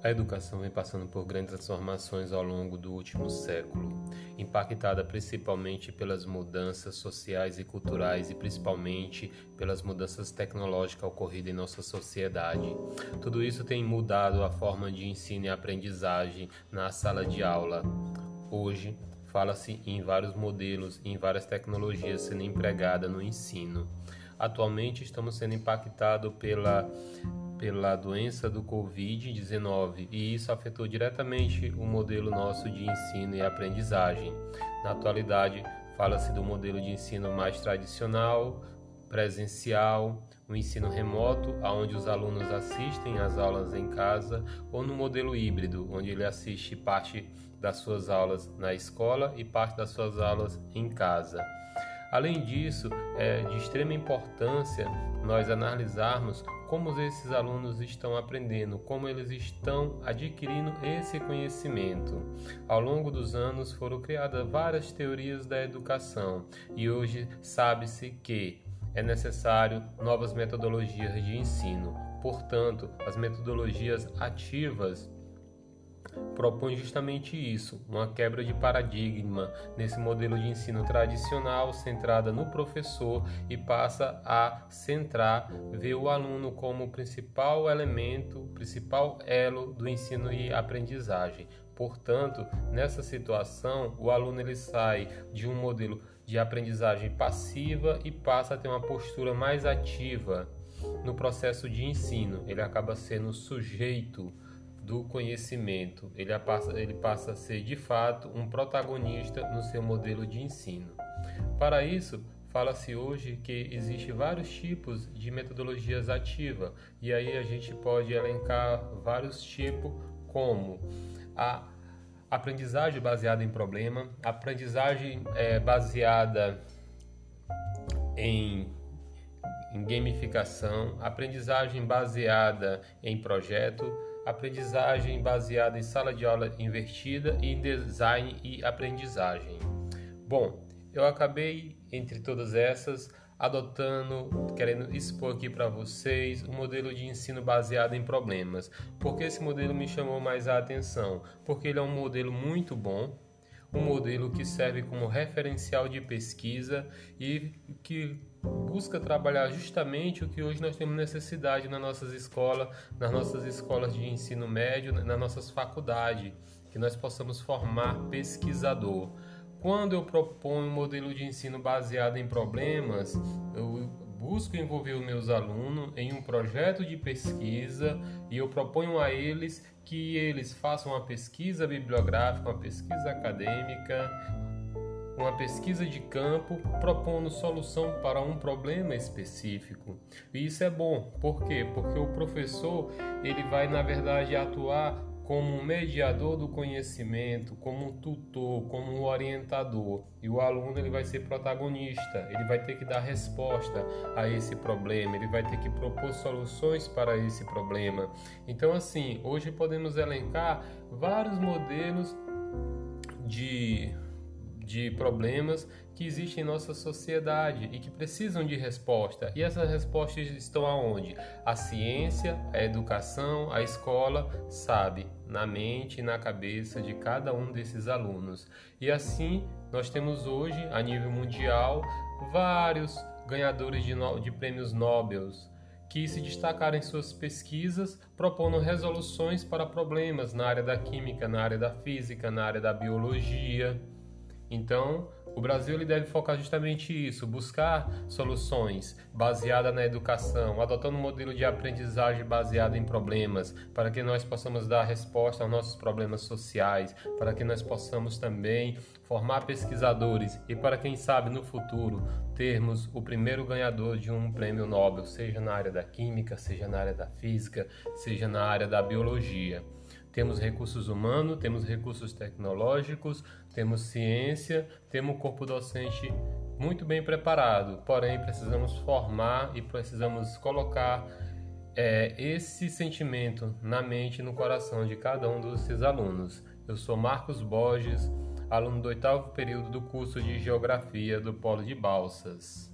A educação vem passando por grandes transformações ao longo do último século, impactada principalmente pelas mudanças sociais e culturais e principalmente pelas mudanças tecnológicas ocorridas em nossa sociedade. Tudo isso tem mudado a forma de ensino e aprendizagem na sala de aula. Hoje, fala-se em vários modelos e em várias tecnologias sendo empregadas no ensino. Atualmente estamos sendo impactados pela doença do Covid-19 e isso afetou diretamente o modelo nosso de ensino e aprendizagem. Na atualidade, fala-se do modelo de ensino mais tradicional, presencial, o ensino remoto, onde os alunos assistem às aulas em casa, ou no modelo híbrido, onde ele assiste parte das suas aulas na escola e parte das suas aulas em casa. Além disso, é de extrema importância nós analisarmos como esses alunos estão aprendendo, como eles estão adquirindo esse conhecimento. Ao longo dos anos foram criadas várias teorias da educação e hoje sabe-se que é necessário novas metodologias de ensino. Portanto, as metodologias ativas propõe justamente isso, uma quebra de paradigma nesse modelo de ensino tradicional centrada no professor e passa a ver o aluno como o principal elemento, principal elo do ensino e aprendizagem. Portanto, nessa situação, o aluno ele sai de um modelo de aprendizagem passiva e passa a ter uma postura mais ativa no processo de ensino. Ele acaba sendo sujeito do conhecimento, ele passa a ser de fato um protagonista no seu modelo de ensino. Para isso, fala-se hoje que existem vários tipos de metodologias ativas e aí a gente pode elencar vários tipos como a aprendizagem baseada em problema, aprendizagem baseada em gamificação, aprendizagem baseada em projeto, aprendizagem baseada em sala de aula invertida e em design e aprendizagem. Bom, eu acabei, entre todas essas, querendo expor aqui para vocês um modelo de ensino baseado em problemas. Por que esse modelo me chamou mais a atenção? Porque ele é um modelo muito bom, um modelo que serve como referencial de pesquisa e que busca trabalhar justamente o que hoje nós temos necessidade nas nossas escolas de ensino médio, nas nossas faculdades, que nós possamos formar pesquisador. Quando eu proponho um modelo de ensino baseado em problemas, eu busco envolver os meus alunos em um projeto de pesquisa e eu proponho a eles que eles façam uma pesquisa bibliográfica, uma pesquisa acadêmica, uma pesquisa de campo, propondo solução para um problema específico. E isso é bom. Por quê? Porque o professor ele vai, na verdade, atuar como um mediador do conhecimento, como um tutor, como um orientador. E o aluno ele vai ser protagonista, ele vai ter que dar resposta a esse problema, ele vai ter que propor soluções para esse problema. Então, assim, hoje podemos elencar vários modelos de problemas que existem em nossa sociedade e que precisam de resposta. E essas respostas estão aonde? A ciência, a educação, a escola sabe, na mente e na cabeça de cada um desses alunos. E assim, nós temos hoje, a nível mundial, vários ganhadores de prêmios Nobel que se destacaram em suas pesquisas, propondo resoluções para problemas na área da química, na área da física, na área da biologia. Então, o Brasil ele deve focar justamente isso, buscar soluções baseadas na educação, adotando um modelo de aprendizagem baseado em problemas, para que nós possamos dar resposta aos nossos problemas sociais, para que nós possamos também formar pesquisadores e para quem sabe no futuro termos o primeiro ganhador de um prêmio Nobel, seja na área da química, seja na área da física, seja na área da biologia. Temos recursos humanos, temos recursos tecnológicos, temos ciência, temos um corpo docente muito bem preparado, porém precisamos formar e precisamos colocar esse sentimento na mente e no coração de cada um desses alunos. Eu sou Marcos Borges, aluno do 8º período do curso de Geografia do Polo de Balsas.